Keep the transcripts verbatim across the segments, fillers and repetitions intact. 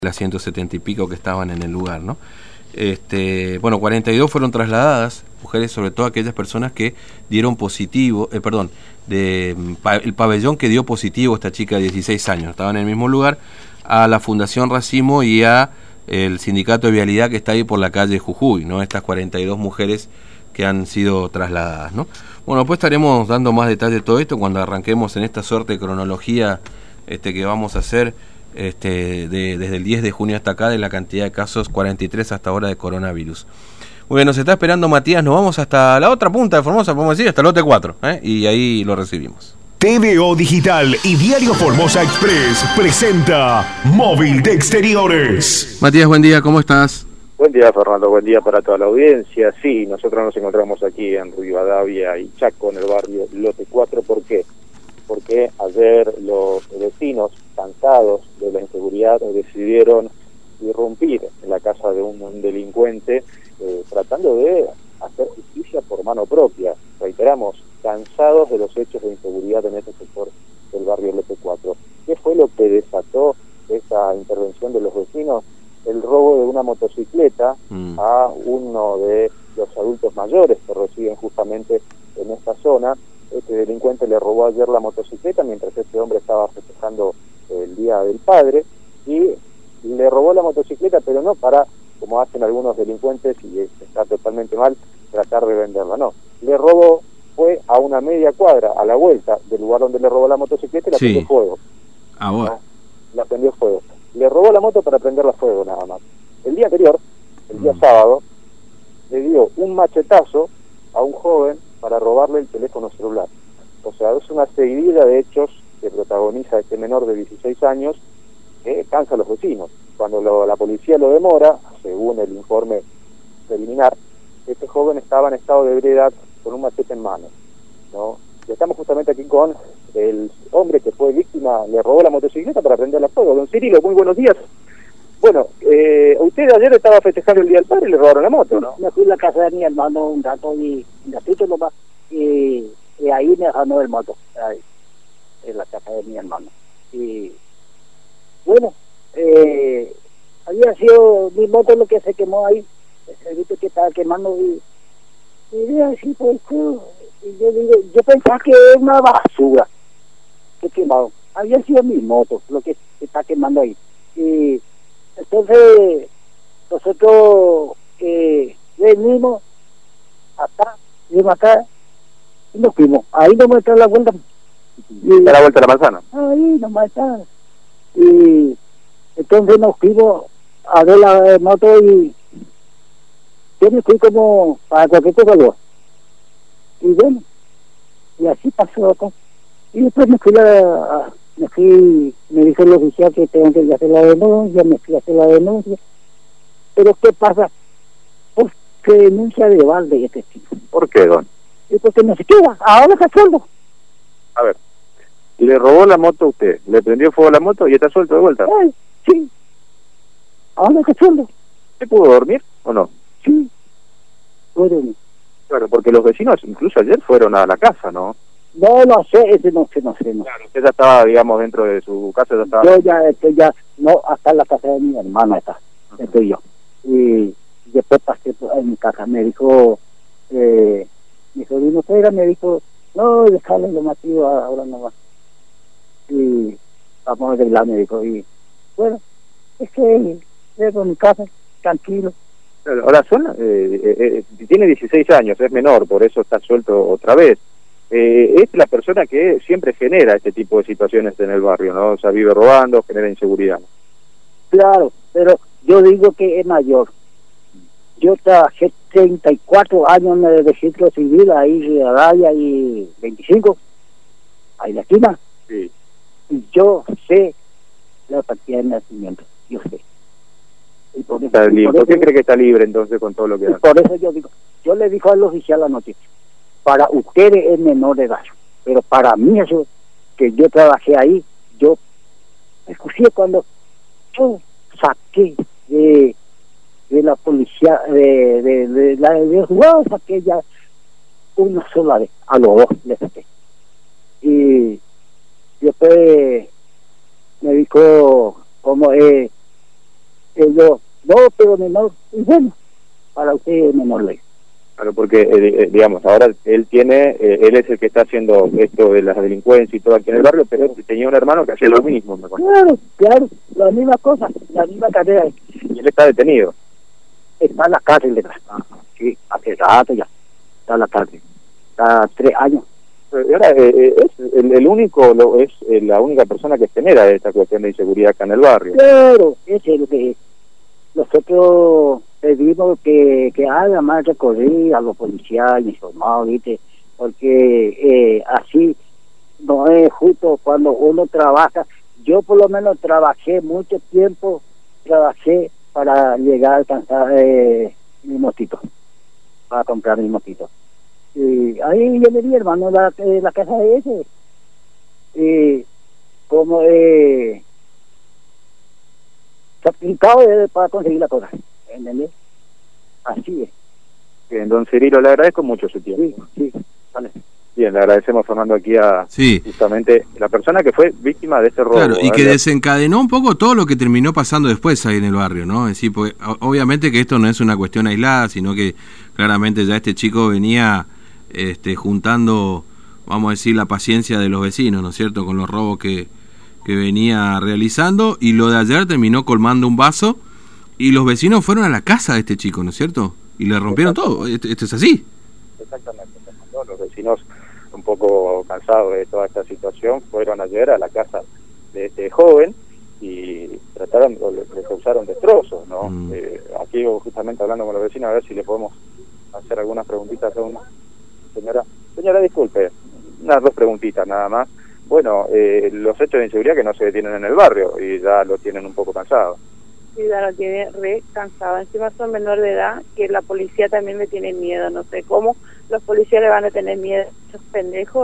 las ciento setenta y pico que estaban en el lugar, ¿no? Este, bueno, cuarenta y dos fueron trasladadas, mujeres, sobre todo aquellas personas que dieron positivo, eh, perdón, de, pa, el pabellón que dio positivo esta chica de dieciséis años, estaban en el mismo lugar, a la Fundación Racimo y a el Sindicato de Vialidad que está ahí por la calle Jujuy, ¿no? Estas cuarenta y dos mujeres que han sido trasladadas, ¿no? Bueno, pues estaremos dando más detalle de todo esto cuando arranquemos en esta suerte de cronología este, que vamos a hacer. Este, de, desde el diez de junio hasta acá, de la cantidad de casos, cuarenta y tres hasta ahora de coronavirus. Muy bien, nos está esperando Matías, nos vamos hasta la otra punta de Formosa, podemos decir, hasta el lote cuatro, ¿eh? Y ahí lo recibimos. T V O Digital y Diario Formosa Express presenta Móvil de Exteriores. Matías, buen día, ¿cómo estás? Buen día, Fernando, buen día para toda la audiencia. Sí, nosotros nos encontramos aquí en Rivadavia y Chaco, en el barrio Lote cuatro, ¿por qué? Porque ayer los vecinos, cansados de la inseguridad, decidieron irrumpir en la casa de un, un delincuente, eh, tratando de hacer justicia por mano propia. Reiteramos, cansados de los hechos de inseguridad en este sector del barrio Lote cuatro. ¿Qué fue lo que desató esa intervención de los vecinos? El robo de una motocicleta mm. a uno de los adultos mayores que residen justamente en esta zona. Este delincuente le robó ayer la motocicleta mientras este hombre estaba festejando el Día del Padre, y le robó la motocicleta, pero no para, como hacen algunos delincuentes, y está totalmente mal, tratar de venderla, no. Le robó, fue a una media cuadra, a la vuelta del lugar donde le robó la motocicleta, y la sí. prendió fuego. Ah, bueno. ¿no? La prendió fuego. Le robó la moto para prenderla fuego, nada más. El día anterior, el día mm. sábado, le dio un machetazo a un joven para robarle el teléfono celular. O sea, es una seguidilla de hechos que protagoniza este menor de dieciséis años que cansa a los vecinos. Cuando lo, la policía lo demora, según el informe preliminar, este joven estaba en estado de ebriedad con un machete en mano, ¿no? Y estamos justamente aquí con el hombre que fue víctima, le robó la motocicleta para prenderla fuego. Don Cirilo, muy buenos días. Bueno, eh, usted ayer estaba festejando el Día del Padre y le robaron la moto, ¿no? Me fui a la casa de mi hermano un rato y un ratito nomás, y, y ahí me ganó el moto, ahí, en la casa de mi hermano. Y bueno, eh, había sido mi moto lo que se quemó ahí, el grito que estaba quemando, y, y yo así, pues, y yo, digo, yo pensaba que era una basura que quemado. Había sido mi moto lo que se está quemando ahí. Y entonces nosotros eh, venimos acá, venimos acá y nos fuimos. Ahí nos muestra la vuelta. Y da la vuelta a la manzana. Ahí nomás está. Y entonces nos fuimos a ver la moto y yo me fui como para cualquier cosa luego. Y bueno, y así pasó acá. Y después me fui a, a me fui, me dijo el oficial que tengo que hacer la denuncia, me fui a hacer la denuncia. Pero ¿qué pasa? Pues se denuncia de balde este tipo. ¿Por qué, don? Y porque no se queda, ahora está suelto. A ver, le robó la moto a usted, le prendió fuego a la moto y está suelto de vuelta. Ay, sí, ahora está suelto. ¿Usted pudo dormir o no? Sí, puedo dormir. Claro, porque los vecinos incluso ayer fueron a la casa, ¿no? No, no sé, ese no sé, no sé. No. Claro, usted ya estaba, digamos, dentro de su casa, ya estaba... Yo ya estoy ya, no, hasta en la casa de mi hermana está, uh-huh. estoy yo. Y después pasé en mi casa, me dijo, eh, mi sobrino Pedro me dijo, no, dejarle lo matido ahora nomás. Y vamos a arreglar, me dijo, y bueno, es que llego a mi casa, tranquilo. Claro, ahora son, eh, eh, eh, tiene dieciséis años, es menor, por eso está suelto otra vez. Eh, es la persona que siempre genera este tipo de situaciones en el barrio, ¿no? O sea, vive robando, genera inseguridad. Claro, pero yo digo que es mayor. Yo trabajé treinta y cuatro años en el registro civil, ahí en Rivadavia y veinticinco, ahí en la esquina. Sí. Y yo sé la partida de nacimiento, yo sé. Y por eso, está libre. Por, ¿Por qué eso, cree que está libre entonces con todo lo que hace? Por eso yo digo, yo le digo al oficial anoche, para ustedes es menor de edad, pero para mí eso, que yo trabajé ahí, yo, escuché cuando yo saqué de, de la policía, de, de, de la de jugado, saqué ya una sola vez, a los dos le saqué. Y después me dijo, como, eh, digo yo, no, pero menor, y bueno, para usted es menor ley. Claro, porque, eh, digamos, ahora él tiene, eh, él es el que está haciendo esto de las delincuencias y todo aquí en el barrio, pero tenía un hermano que hacía lo mismo, me acuerdo. Claro, claro, la misma cosa, la misma tarea. Y él está detenido. Está en la cárcel de ah, sí, hace rato ya, está en la cárcel, está tres años. Y ahora, eh, es el, el único, lo, es eh, la única persona que genera esta cuestión de inseguridad acá en el barrio. Claro, ese es lo que nosotros pedimos que, que haga más recorrido a los policías informados, ¿viste? Porque eh, así no es justo cuando uno trabaja. Yo por lo menos trabajé mucho tiempo, trabajé para llegar a alcanzar eh, mi motito, para comprar mi motito. Y ahí yo le di, hermano, la, eh, la casa de ese. Y como eh, sacrificado eh, para conseguir la cosa, ¿entendés? Así es. Bien, don Cirilo, le agradezco mucho su tiempo. Sí, sí, vale. Bien, le agradecemos, Fernando, aquí a sí. justamente la persona que fue víctima de este robo. Claro, y que ¿verdad? desencadenó un poco todo lo que terminó pasando después ahí en el barrio, ¿no? Es decir, pues, obviamente que esto no es una cuestión aislada, sino que claramente ya este chico venía este, juntando, vamos a decir, la paciencia de los vecinos, ¿no es cierto?, con los robos que, que venía realizando, y lo de ayer terminó colmando un vaso, y los vecinos fueron a la casa de este chico, ¿no es cierto?, y le rompieron todo. Esto, esto es así. Exactamente, ¿no? Los vecinos, un poco cansados de toda esta situación, fueron ayer a la casa de este joven y trataron, le causaron destrozos, ¿no? Mm. Eh, aquí justamente hablando con los vecinos, a ver si le podemos hacer algunas preguntitas a una señora. Señora, disculpe, unas dos preguntitas nada más. Bueno, eh, los hechos de inseguridad que no se detienen en el barrio y ya lo tienen un poco cansado. Sí, ya lo tiene re cansado. Encima son menor de edad, que la policía también le tiene miedo. No sé cómo los policías le van a tener miedo a esos pendejos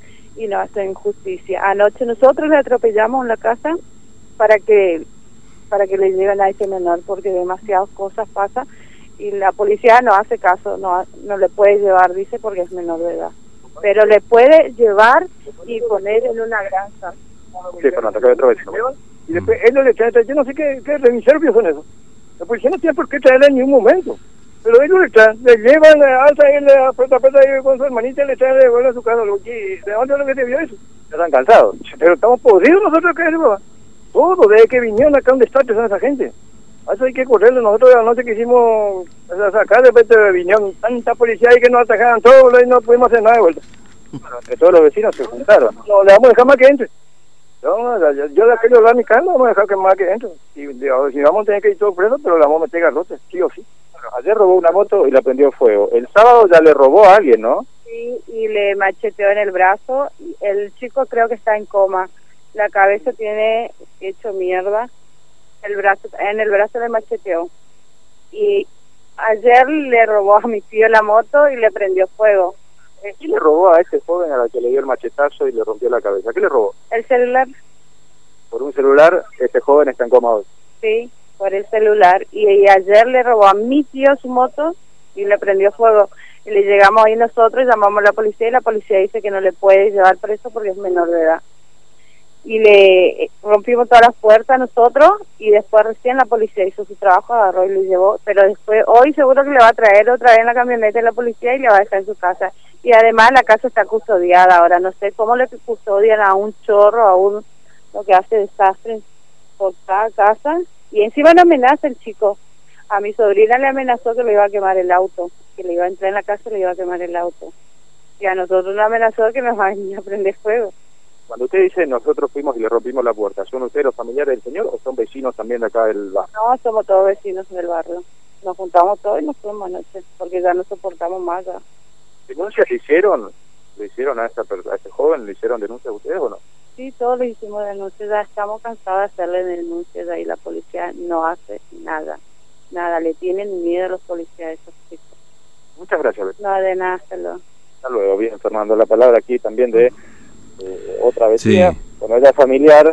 y no hacen justicia. Anoche nosotros le atropellamos en la casa para que para que le lleven a ese menor, porque demasiadas cosas pasan y la policía no hace caso, no no le puede llevar, dice, porque es menor de edad. Pero le puede llevar y poner en una granja. Sí, Fernando, acá hay otro vecino. Y después él no le trae, yo no sé qué, qué reviservios son esos. La policía no tiene por qué traerle en ningún momento. Pero ellos le traen, le llevan, alza él a puerta a puerta con su hermanita y le traen de vuelta a su casa. ¿De dónde es lo que te vio eso? Ya están cansados. Pero estamos podridos nosotros, ¿qué es eso? Todo, desde que vinieron acá, un desastre son esa gente. A eso hay que correrle. Nosotros anoche que hicimos sacar, de repente vinieron tanta policía y que nos atacaban todos y no pudimos hacer nada de vuelta. Bueno, entre todos los vecinos se juntaron. No, le vamos a dejar más que entre. Yo, yo, yo de aquello de mi casa no vamos a dejar que más que entre. Y, si vamos a tener que ir todos presos, pero le vamos a meter garrotes, sí o sí. Bueno, ayer robó una moto y la prendió fuego. El sábado ya le robó a alguien, ¿no? Sí, y le macheteó en el brazo. El chico creo que está en coma. La cabeza tiene hecho mierda. El brazo, en el brazo le macheteó. Y ayer le robó a mi tío la moto y le prendió fuego. ¿Qué le robó a este joven a la que le dio el machetazo y le rompió la cabeza? ¿Qué le robó? El celular. Por un celular, este joven está en coma hoy. Sí, por el celular. Y, y ayer le robó a mi tío su moto y le prendió fuego. Y le llegamos ahí nosotros, llamamos a la policía y la policía dice que no le puede llevar preso porque es menor de edad. Y le rompimos todas las puertas nosotros y después recién la policía hizo su trabajo, agarró y lo llevó. Pero después, hoy seguro que le va a traer otra vez en la camioneta de la policía y le va a dejar en su casa. Y además la casa está custodiada. Ahora no sé cómo le custodian a un chorro, a un lo que hace desastres por cada casa. Y encima no amenaza el chico. A mi sobrina le amenazó que le iba a quemar el auto, que le iba a entrar en la casa y le iba a quemar el auto. Y a nosotros nos amenazó que nos va a venir a prender fuego. Cuando usted dice nosotros fuimos y le rompimos la puerta, ¿son ustedes los familiares del señor o son vecinos también de acá del barrio? No, somos todos vecinos del barrio. Nos juntamos todos y nos fuimos anoche, porque ya no soportamos más ya. ¿Denuncias le hicieron? ¿Le hicieron a, esta, a este joven? ¿Le hicieron denuncias a ustedes o no? Sí, todos le hicimos denuncias, ya estamos cansados de hacerle denuncias y la policía no hace nada. Nada, le tienen miedo a los policías a esos chicos. Muchas gracias, Betty. No, de nada, hasta luego. Hasta luego, bien, Fernando. La palabra aquí también de eh, otra vecina, sí. Bueno, ella es familiar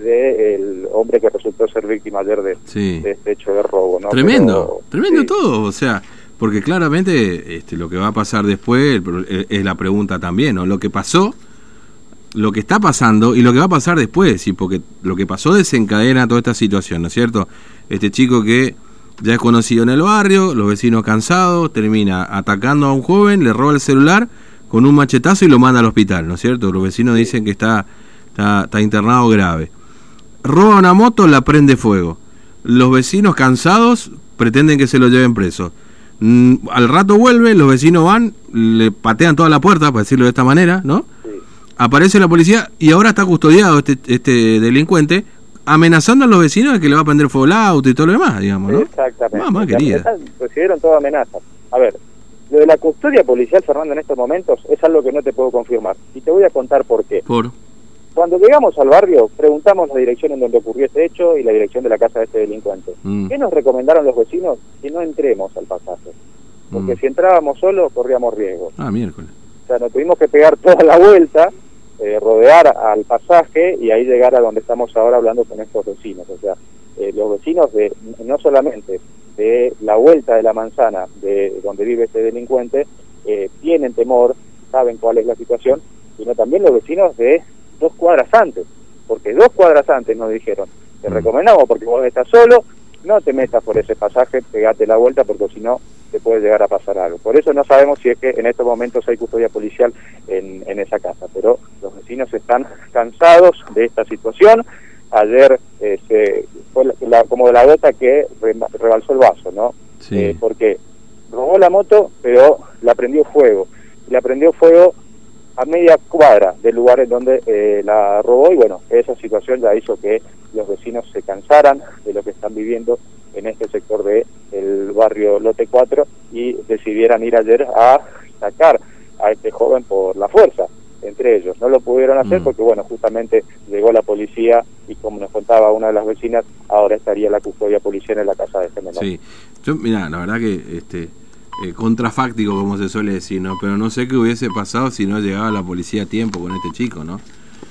del hombre que resultó ser víctima ayer de, sí. de este hecho de robo, ¿no? Tremendo, Pero, tremendo sí. todo, o sea, porque claramente este, lo que va a pasar después es la pregunta también, ¿no? Lo que pasó lo que está pasando y lo que va a pasar después, ¿sí? Porque lo que pasó desencadena toda esta situación, ¿no es cierto? Este chico que ya es conocido en el barrio, los vecinos cansados, termina atacando a un joven, le roba el celular con un machetazo y lo manda al hospital, ¿no es cierto? Los vecinos dicen que está, está, está internado grave. Roba una moto, la prende fuego. Los vecinos cansados pretenden que se lo lleven preso. Mm, al rato vuelve, los vecinos van, le patean toda la puerta, para decirlo de esta manera, ¿no? Sí. Aparece la policía y ahora está custodiado este, este delincuente, amenazando a los vecinos de que le va a prender fuego el auto y todo lo demás, digamos, ¿no? Exactamente. Mamá querida. Recibieron toda amenaza. A ver, lo de la custodia policial, Fernando, en estos momentos es algo que no te puedo confirmar. Y te voy a contar por qué. Por... Cuando llegamos al barrio, preguntamos la dirección en donde ocurrió este hecho y la dirección de la casa de este delincuente. Mm. ¿Qué nos recomendaron los vecinos? Que no entremos al pasaje. Porque mm. si entrábamos solos, corríamos riesgo. Ah, miércoles. O sea, nos tuvimos que pegar toda la vuelta, eh, rodear al pasaje y ahí llegar a donde estamos ahora hablando con estos vecinos. O sea, eh, los vecinos de no solamente de la vuelta de la manzana de donde vive este delincuente, eh, tienen temor, saben cuál es la situación, sino también los vecinos de dos cuadras antes, porque dos cuadras antes nos dijeron, te mm. recomendamos porque vos estás solo, no te metas por ese pasaje, pegate la vuelta porque si no te puede llegar a pasar algo. Por eso no sabemos si es que en estos momentos hay custodia policial en, en esa casa, pero los vecinos están cansados de esta situación. Ayer eh, se, fue la, la, como la gota que re, rebalsó el vaso, ¿no? Sí. Eh, porque robó la moto, pero la prendió fuego. La prendió fuego a media cuadra del lugar en donde eh, la robó y bueno, esa situación ya hizo que los vecinos se cansaran de lo que están viviendo en este sector de el barrio Lote cuatro y decidieran ir ayer a sacar a este joven por la fuerza, entre ellos. No lo pudieron hacer mm. porque bueno, justamente llegó la policía y como nos contaba una de las vecinas, ahora estaría la custodia policial en la casa de este menor. Sí, yo, mira, la verdad que este Eh, contrafáctico, como se suele decir, ¿no? Pero no sé qué hubiese pasado si no llegaba la policía a tiempo con este chico, ¿no?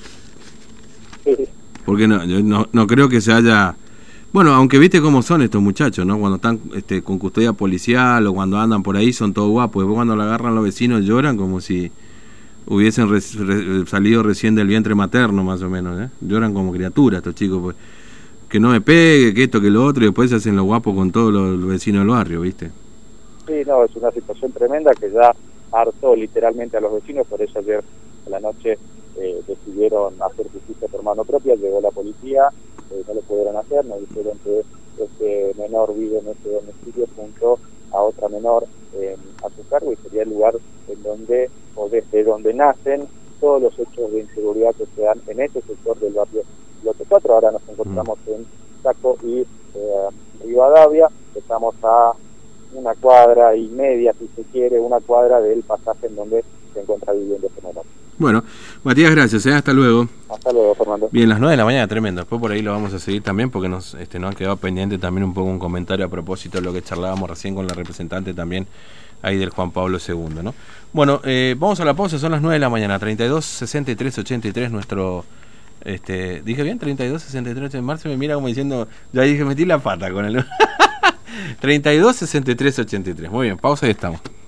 Sí. Porque no, yo no, no creo que se haya... Bueno, aunque viste cómo son estos muchachos, ¿no? Cuando están este, con custodia policial o cuando andan por ahí son todos guapos. Después cuando la agarran los vecinos lloran como si hubiesen re, re, salido recién del vientre materno, más o menos, ¿eh? Lloran como criaturas estos chicos, pues. Que no me pegue, que esto, que lo otro, y después se hacen los guapos con todos los, los vecinos del barrio, ¿viste? Sí, no, es una situación tremenda que ya hartó literalmente a los vecinos, por eso ayer a la noche eh, decidieron hacer justicia por mano propia, llegó la policía, eh, no lo pudieron hacer, nos dijeron que este menor vive en este domicilio junto a otra menor eh, a su cargo y sería el lugar en donde, o desde donde nacen todos los hechos de inseguridad que se dan en este sector del barrio Lote cuatro. Ahora nos encontramos mm. en Chaco y eh, Rivadavia, estamos a una cuadra y media, si se quiere, una cuadra del pasaje en donde se encuentra viviendo este menor. Bueno, Matías, gracias, ¿eh? Hasta luego. Hasta luego, Fernando. Bien, las nueve de la mañana, tremendo. Después por ahí lo vamos a seguir también porque nos, este, nos han quedado pendiente también un poco un comentario a propósito de lo que charlábamos recién con la representante también ahí del Juan Pablo segundo, ¿no? Bueno, eh, vamos a la pausa, son las nueve de la mañana, treinta y dos, sesenta y tres, ochenta y tres, nuestro... Este, ¿dije bien? treinta y dos, sesenta y tres, en marzo me mira como diciendo, ya dije, metí la pata con el... treinta y dos, sesenta y tres, ochenta y tres. Muy bien, pausa y estamos.